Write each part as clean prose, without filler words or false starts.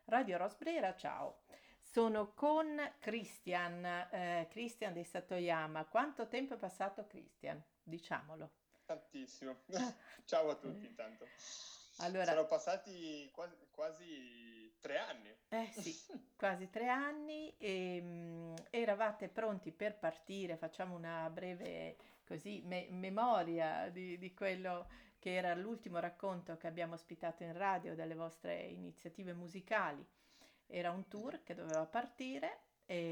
Radio Rosbrera, ciao. Sono con Christian, Christian di Satoyama. Quanto tempo è passato, Christian? Diciamolo. Tantissimo. Ciao a tutti intanto. Allora, Sono passati quasi 3 anni. sì, quasi 3 anni e eravate pronti per partire. Facciamo una breve così, memoria di quello che era l'ultimo racconto che abbiamo ospitato in radio delle vostre iniziative musicali. Era un tour Mhm. che doveva partire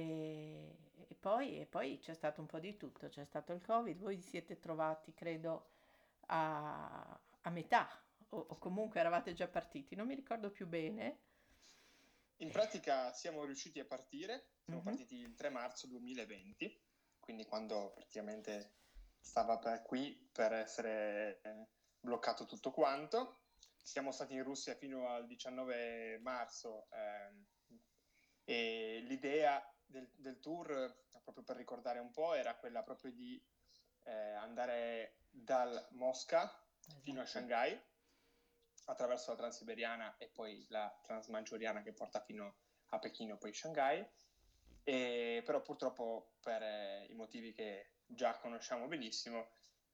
e poi c'è stato un po' di tutto. C'è stato il Covid, voi vi siete trovati, credo, a metà o comunque eravate già partiti, non mi ricordo più bene. In pratica siamo riusciti a partire, siamo Mhm. partiti il 3 marzo 2020, quindi quando praticamente stava qui per essere bloccato tutto quanto. Siamo stati in Russia fino al 19 marzo e l'idea del tour, proprio per ricordare un po', era quella proprio di andare dal Mosca fino a Esatto. Shanghai attraverso la Transiberiana e poi la Transmangiuriana che porta fino a Pechino e poi Shanghai. Però purtroppo per i motivi che già conosciamo benissimo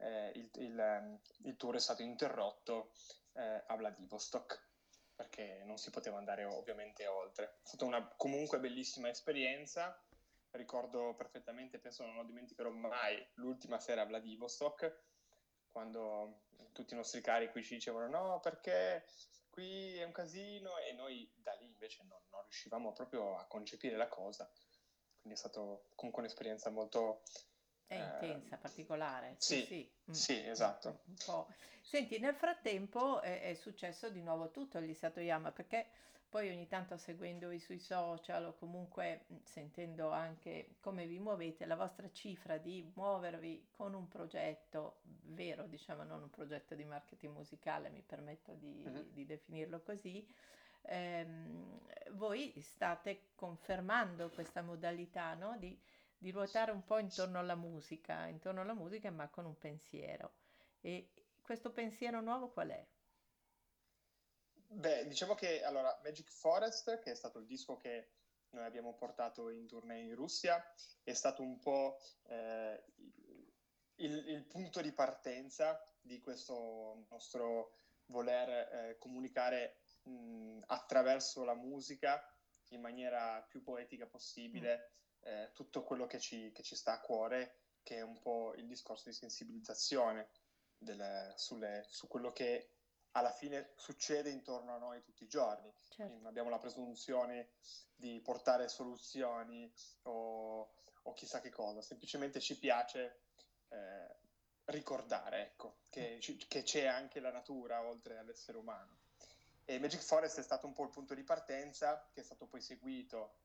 il tour è stato interrotto a Vladivostok perché non si poteva andare ovviamente oltre. È stata una comunque bellissima esperienza. Ricordo perfettamente, penso non lo dimenticherò mai, l'ultima sera a Vladivostok, quando tutti i nostri cari qui ci dicevano no, perché qui è un casino, e noi da lì invece non riuscivamo proprio a concepire la cosa. Quindi è stata comunque un'esperienza molto... È intensa, particolare, sì, sì, sì, sì, esatto. un po'. Senti, nel frattempo è successo di nuovo tutto agli Satoyama, perché poi ogni tanto seguendovi sui social o comunque sentendo anche come vi muovete, la vostra cifra di muovervi con un progetto vero, diciamo, non un progetto di marketing musicale, mi permetto Mhm. di definirlo così, ehm, voi state confermando questa modalità, no? Di ruotare un po' intorno alla musica, ma con un pensiero. E questo pensiero nuovo qual è? Beh, diciamo che allora Magic Forest, che è stato il disco che noi abbiamo portato in tournée in Russia, è stato un po' il punto di partenza di questo nostro voler comunicare attraverso la musica in maniera più poetica Mm, possibile tutto quello che ci sta a cuore, che è un po' il discorso di sensibilizzazione su quello che alla fine succede intorno a noi tutti i giorni. Quindi certo. non abbiamo la presunzione di portare soluzioni o chissà che cosa, semplicemente ci piace eh, ricordare, ecco, Mm. che c'è anche la natura oltre all'essere umano. E Magic Forest è stato un po' il punto di partenza, che è stato poi seguito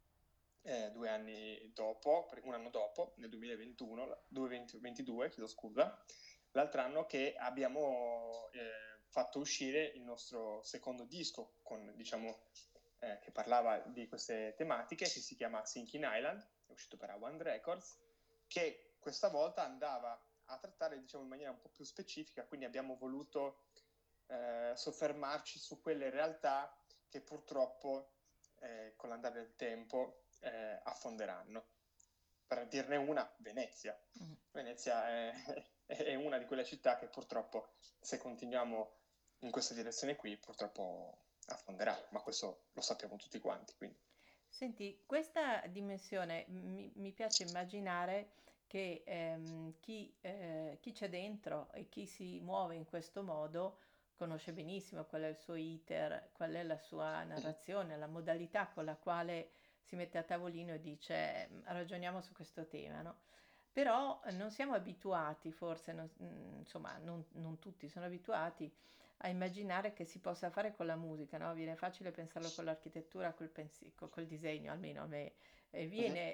2 anni dopo, un anno dopo, nel 2021, 2022, chiedo scusa, l'altro anno che abbiamo fatto uscire il nostro secondo disco, diciamo, che parlava di queste tematiche, che si chiama Sinking Island, è uscito per One Records, che questa volta andava a trattare, diciamo, in maniera un po' più specifica, quindi abbiamo voluto soffermarci su quelle realtà che purtroppo con l'andare del tempo affonderanno. Per dirne una, Venezia. Mm. Venezia è una di quelle città che purtroppo, se continuiamo in questa direzione qui, purtroppo affonderà, ma questo lo sappiamo tutti quanti. Quindi. Senti, questa dimensione mi piace immaginare che chi c'è dentro e chi si muove in questo modo conosce benissimo qual è il suo iter, qual è la sua narrazione, la modalità con la quale si mette a tavolino e dice ragioniamo su questo tema, no? Però non siamo abituati, forse, insomma, non tutti sono abituati a immaginare che si possa fare con la musica, no? Viene facile pensarlo con l'architettura, col disegno, almeno a me. Mhm.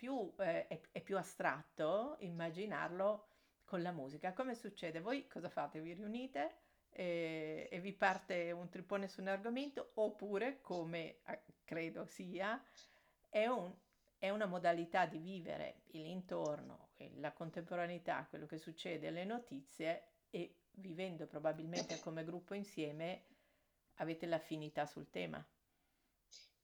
È più astratto immaginarlo con la musica. Come succede? Voi cosa fate? Vi riunite e vi parte un trippone su un argomento oppure, come credo sia, è un- è una modalità di vivere l'intorno, la contemporaneità, quello che succede, le notizie e vivendo probabilmente come gruppo insieme avete l'affinità sul tema.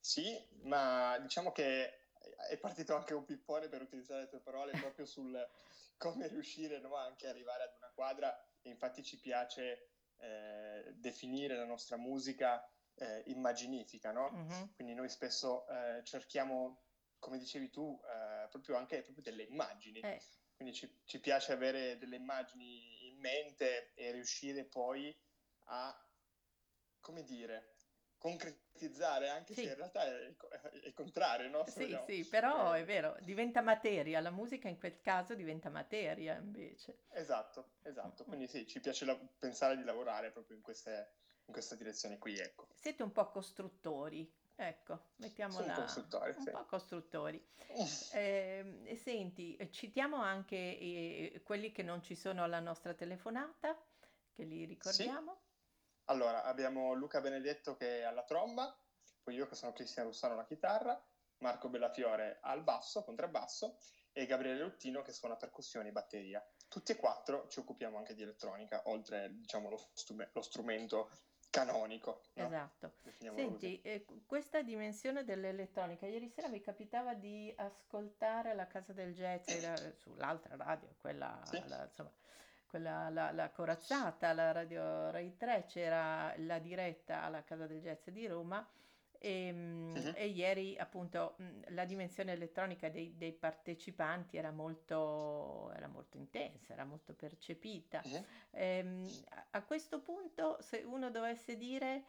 Sì, ma diciamo che è partito anche un pippone, per utilizzare le tue parole, proprio sul come riuscire, no, anche arrivare ad una quadra, e infatti ci piace definire la nostra musica immaginifica, no? Mhm. Quindi noi spesso cerchiamo, come dicevi tu, proprio delle immagini. Eh, Quindi ci piace avere delle immagini in mente e riuscire poi a, come dire, concretizzare, anche se in sì. realtà è il contrario, no? Se Sì, vogliamo. sì, però è Eh, vero, diventa materia, la musica in quel caso diventa materia invece. esatto, Mm, esatto. mm. Quindi sì, ci piace pensare di lavorare proprio in questa direzione qui, ecco. Siete un po' costruttori, ecco, Sono un mettiamola consultore, un sì. po' costruttori. E senti, citiamo anche quelli che non ci sono alla nostra telefonata, che li Sì, ricordiamo. allora abbiamo Luca Benedetto che è alla tromba, poi io che sono Cristian Russano alla chitarra, Marco Bellafiore al basso, contrabbasso, e Gabriele Luttino che suona percussioni e batteria. Tutti e quattro ci occupiamo anche di elettronica, oltre, diciamo, lo strumento canonico, no? Esatto. Definiamolo così. Senti, questa dimensione dell'elettronica, ieri sera mi capitava di ascoltare la Casa del Jazz sull'altra radio, Sì? insomma, la corazzata, la radio Rai 3, c'era la diretta alla Casa del Jazz di Roma Mhm, e ieri appunto la dimensione elettronica dei partecipanti era molto intensa, era molto percepita. mhm. A questo punto, se uno dovesse dire,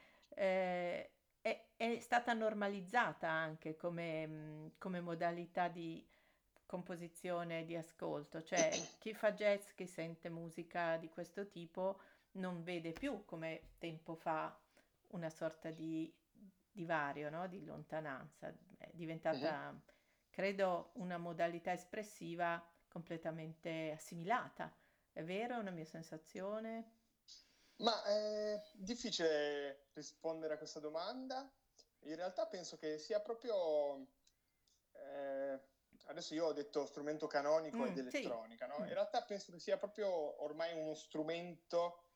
è stata normalizzata anche come modalità di composizione e di ascolto, cioè chi fa jazz, chi sente musica di questo tipo, non vede più come tempo fa una sorta di divario, no? Di lontananza. È Mhm. diventata, credo, una modalità espressiva completamente assimilata. È vero? È una mia sensazione? Ma è difficile rispondere a questa domanda. In realtà penso che sia proprio, eh, adesso io ho detto strumento canonico ed Sì. elettronica, no? In Mm, realtà penso che sia proprio ormai uno strumento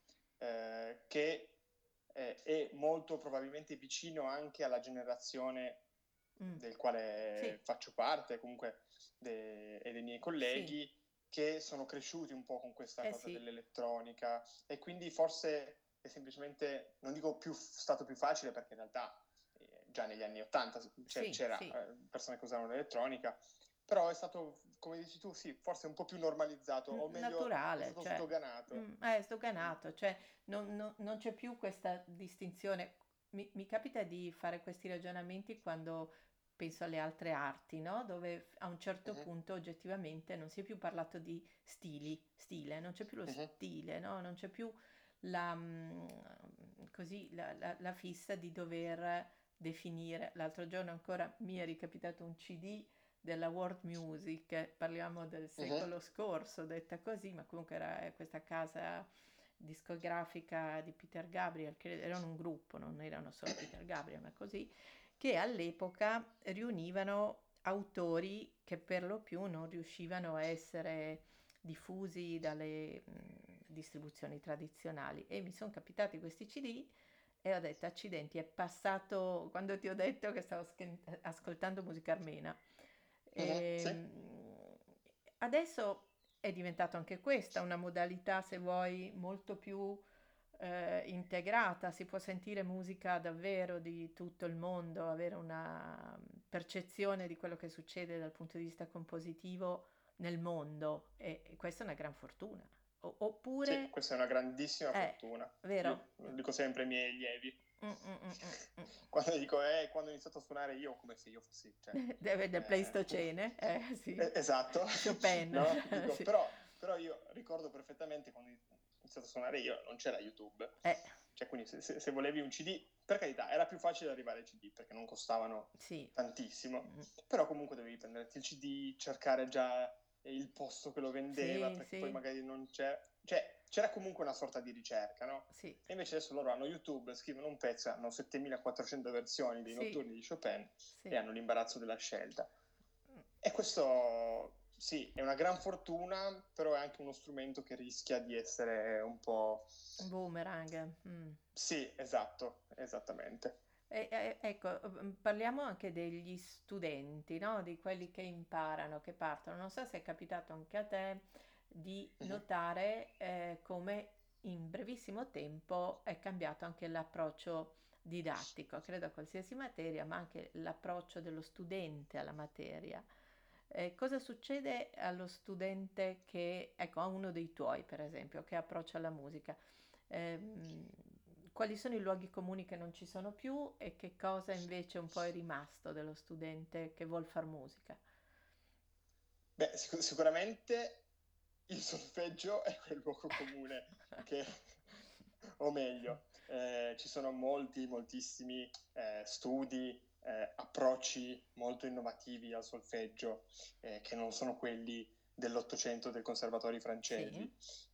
che è molto probabilmente vicino anche alla generazione mm. del Sì, quale faccio parte, comunque, e dei miei sì, colleghi, che sono cresciuti un po' con questa eh cosa sì, dell'elettronica, e quindi forse è semplicemente, non dico stato più facile, perché in realtà già negli anni 80 sì, c'era sì. persone che usavano l'elettronica, però è stato, come dici tu, sì, forse un po' più normalizzato, o meglio, è Naturale, stato cioè, sdoganato. è Mm. sdoganato, cioè non c'è più questa distinzione. Mi capita di fare questi ragionamenti quando penso alle altre arti, no? Dove a un certo Mhm, punto oggettivamente non si è più parlato di stile, non c'è più lo mhm, stile, no? Non c'è più la, così, la fissa di dover definire. L'altro giorno ancora mi è ricapitato un CD della world music, parliamo del mhm, secolo scorso, detta così, ma comunque era questa casa discografica di Peter Gabriel, che erano un gruppo, non erano solo Peter Gabriel, ma così, che all'epoca riunivano autori che per lo più non riuscivano a essere diffusi dalle distribuzioni tradizionali e mi sono capitati questi CD e ho detto accidenti, è passato quando ti ho detto che stavo ascoltando musica armena. mhm, sì. Adesso è diventato anche questa una modalità, se vuoi, molto più integrata, si può sentire musica davvero di tutto il mondo, avere una percezione di quello che succede dal punto di vista compositivo nel mondo e questa è una gran fortuna. Sì, Oppure, questa è una grandissima fortuna. vero? Io lo dico sempre ai miei allievi. Mm, mm, mm, mm, mm. Quando dico, quando ho iniziato a suonare io, come se io fossi, cioè, Del Pleistocene, sì. esatto, Chopin, no? Dico, sì. però io ricordo perfettamente quando ho iniziato a suonare io, non c'era YouTube. Eh, Cioè, quindi se volevi un CD, per carità, era più facile arrivare ai CD perché non costavano sì. tantissimo, Mm. però comunque dovevi prenderti il CD, cercare già il posto che lo vendeva, Sì, perché poi sì, magari non c'è. Cioè, c'era comunque una sorta di ricerca, no? sì, E invece adesso loro hanno YouTube, scrivono un pezzo, hanno 7400 versioni dei sì, notturni di Chopin e sì. hanno l'imbarazzo della scelta. Mm. E questo, sì, è una gran fortuna, però è anche uno strumento che rischia di essere un po'. Boomerang. Mm. Sì, esatto, esattamente. Ecco, parliamo anche degli studenti, no? Di quelli che imparano, che partono. Non so se è capitato anche a te di Mhm. notare come in brevissimo tempo è cambiato anche l'approccio didattico, credo a qualsiasi materia, ma anche l'approccio dello studente alla materia. Cosa succede allo studente che, ecco, a uno dei tuoi, per esempio, che approccia alla musica? Ehm, Quali sono i luoghi comuni che non ci sono più e che cosa invece un po' è rimasto dello studente che vuol far musica? Beh, sicuramente il solfeggio è quel luogo comune che, o meglio, ci sono moltissimi studi, approcci molto innovativi al solfeggio, che non sono quelli dell'Ottocento dei conservatori Sì. francesi.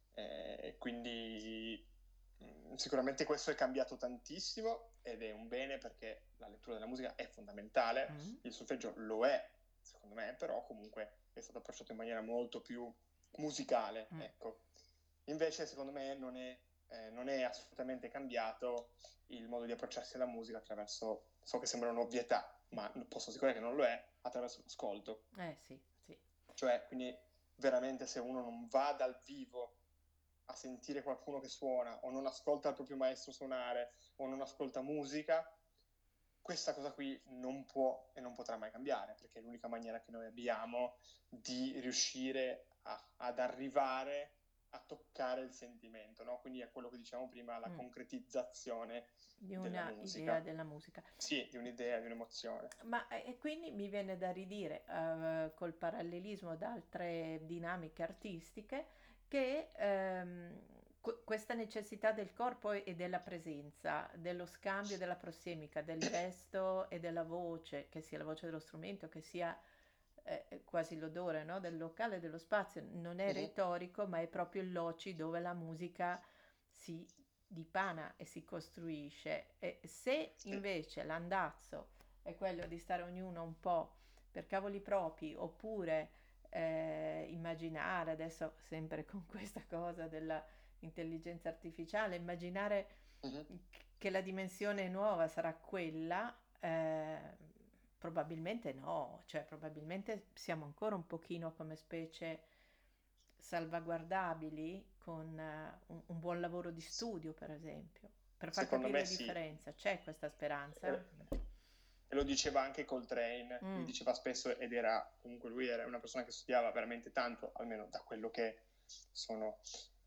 Quindi sicuramente questo è cambiato tantissimo ed è un bene perché la lettura della musica è fondamentale, Mm, il solfeggio lo è, secondo me, però comunque è stato approcciato in maniera molto più musicale, mm, ecco. Invece, secondo me, non è assolutamente cambiato il modo di approcciarsi alla musica attraverso, so che sembra un'ovvietà, ma posso assicurare che non lo è, attraverso l'ascolto. sì, sì. Cioè, quindi veramente se uno non va dal vivo a sentire qualcuno che suona o non ascolta il proprio maestro suonare o non ascolta musica, questa cosa qui non può e non potrà mai cambiare, perché è l'unica maniera che noi abbiamo di riuscire ad arrivare a toccare il sentimento, no? Quindi è quello che diciamo prima, la Mm. concretizzazione Di della una idea musica. della musica. Sì, di un'idea, di un'emozione. Ma e quindi mi viene da ridire, col parallelismo ad altre dinamiche artistiche, che questa necessità del corpo e della presenza, dello scambio, della prossemica, del gesto e della voce, che sia la voce dello strumento, che sia quasi l'odore, no? Del locale, dello spazio, non è Mhm. retorico, ma è proprio il loci dove la musica si dipana e si costruisce. E se Sì. invece l'andazzo è quello di stare ognuno un po' per cavoli propri, oppure immaginare, adesso sempre con questa cosa dell'intelligenza artificiale, immaginare Mhm. che la dimensione nuova sarà quella, probabilmente no, cioè probabilmente siamo ancora un pochino come specie salvaguardabili con un buon lavoro di studio, per esempio, per far Secondo capire me la sì. differenza. C'è questa speranza? E lo diceva anche Coltrane, lui Mm. diceva spesso, ed era comunque lui era una persona che studiava veramente tanto, almeno da quello che sono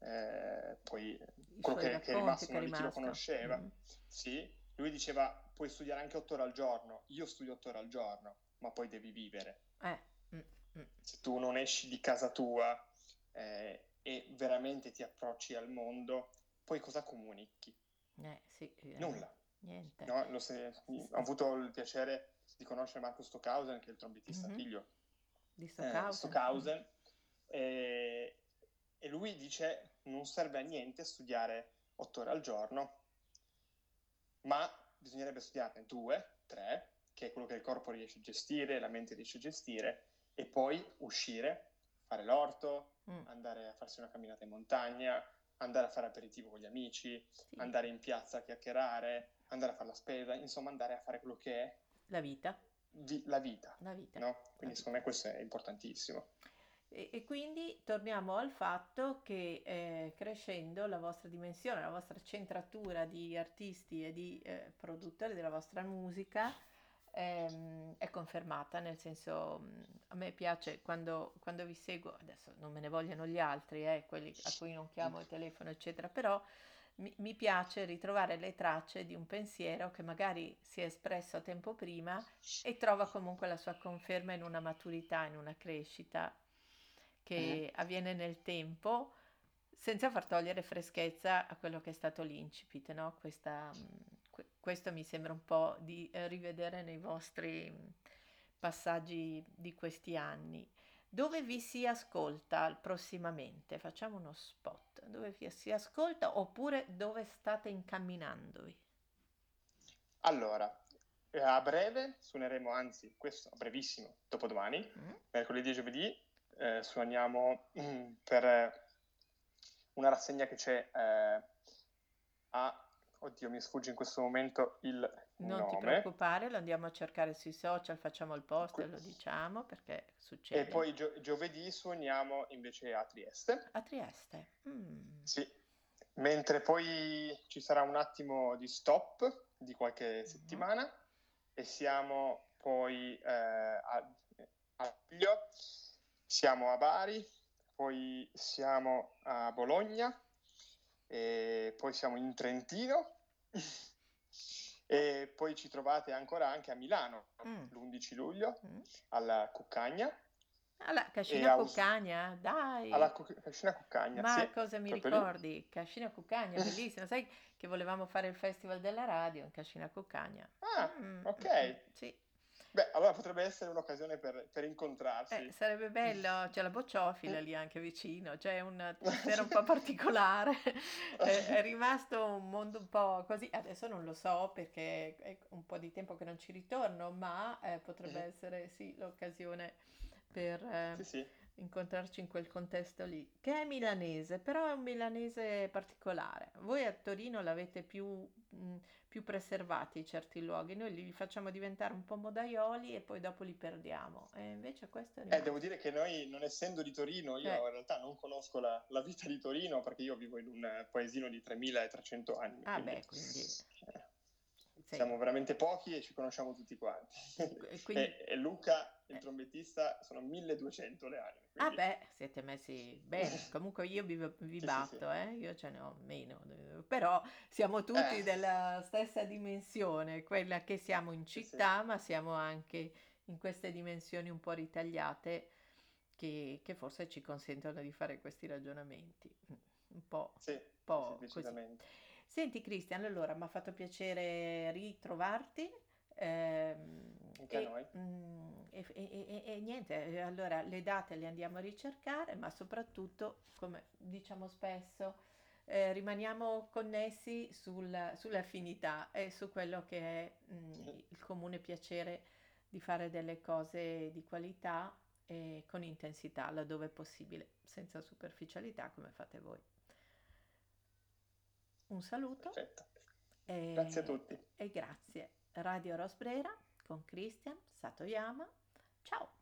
poi I quello suoi che è racconti rimasto, che è no, di chi lo rimasto. conosceva. Mm. Sì, lui diceva puoi studiare anche 8 ore al giorno, io studio 8 ore al giorno, ma poi devi vivere. Eh, mm, mm. Se tu non esci di casa tua e veramente ti approcci al mondo, poi cosa comunichi? Sì, Nulla. niente. No, ho avuto il piacere di conoscere Marco Stockhausen, che è il trombettista Mhm. figlio Di di Stockhausen. Mm. Stockhausen, e, e lui dice non serve a niente studiare 8 ore al giorno, ma bisognerebbe studiarne 2, 3, che è quello che il corpo riesce a gestire, la mente riesce a gestire, e poi uscire, fare l'orto, Mm. andare a farsi una camminata in montagna, andare a fare aperitivo con gli amici, Sì, andare in piazza a chiacchierare, andare a fare la spesa, insomma andare a fare quello che è la vita, la vita, la vita, no? la Quindi secondo vita. me questo è importantissimo. E quindi torniamo al fatto che crescendo la vostra dimensione, la vostra centratura di artisti e di produttori della vostra musica è confermata, nel senso a me piace quando vi seguo, adesso non me ne vogliono gli altri, quelli a cui non chiamo il telefono, eccetera, però mi piace ritrovare le tracce di un pensiero che magari si è espresso a tempo prima e trova comunque la sua conferma in una maturità, in una crescita Mhm. che avviene nel tempo senza far togliere freschezza a quello che è stato l'incipit, no? Questo mi sembra un po' di rivedere nei vostri passaggi di questi anni. Dove vi si ascolta prossimamente? Facciamo uno spot. Dove vi si ascolta oppure dove state incamminandovi? Allora, a breve suoneremo, anzi, questo a brevissimo, dopodomani, Mm? mercoledì e giovedì, suoniamo per una rassegna che c'è a oddio, mi sfugge in questo momento il Non ti nome. preoccupare, lo andiamo a cercare sui social, facciamo il post e Que- lo diciamo perché E succede. poi giovedì suoniamo invece a Trieste. A Trieste. Mm. Sì, mentre poi ci sarà un attimo di stop di qualche Mhm. settimana e siamo poi a luglio, siamo a Bari, poi siamo a Bologna, e poi siamo in Trentino e poi ci trovate ancora anche a Milano Mm. l'11 luglio Mm. alla Cuccagna Alla e Cascina Cuccagna, dai! alla Cascina Cuccagna, sì, Ma cosa mi proprio lì. ricordi? Cascina Cuccagna, bellissima. Sai che volevamo fare il Festival della Radio in Cascina Cuccagna? Ah, Mm, ok. sì. Beh, allora potrebbe essere un'occasione per incontrarsi. Sarebbe bello, c'è la bocciofila lì anche vicino, c'è un'atmosfera un po' particolare, è rimasto un mondo un po' così, adesso non lo so perché è un po' di tempo che non ci ritorno, ma potrebbe essere sì l'occasione per Sì, sì. incontrarci in quel contesto lì, che è milanese, però è un milanese particolare. Voi a Torino l'avete più preservati certi luoghi, noi li facciamo diventare un po' modaioli e poi dopo li perdiamo. E invece questo è Devo rimasto. dire che noi, non essendo di Torino, io in realtà non conosco la vita di Torino perché io vivo in un paesino di 3300 anni, Ah quindi beh, quindi eh, sei. siamo veramente pochi e ci conosciamo tutti quanti. E quindi. E Luca, il eh, trombettista, sono 1200 le anime, Ah quindi beh, siete messi bene. Comunque io vi sì, sì, sì. batto, io ce ne ho meno, però siamo tutti Eh, della stessa dimensione, quella che siamo in sì, sì, città, ma siamo anche in queste dimensioni un po' ritagliate che forse ci consentono di fare questi ragionamenti. sì, Un sì, sì, po' così. decisamente. Senti Cristian, allora mi ha fatto piacere ritrovarti. Anche a noi. E niente, allora le date le andiamo a ricercare, ma soprattutto, come diciamo spesso, rimaniamo connessi sulle affinità e su quello che è il comune piacere di fare delle cose di qualità e con intensità, laddove è possibile, senza superficialità come fate voi. Un saluto Perfetto. Grazie a e, tutti. e grazie. Radio Rosbrera con Christian Satoyama. Ciao!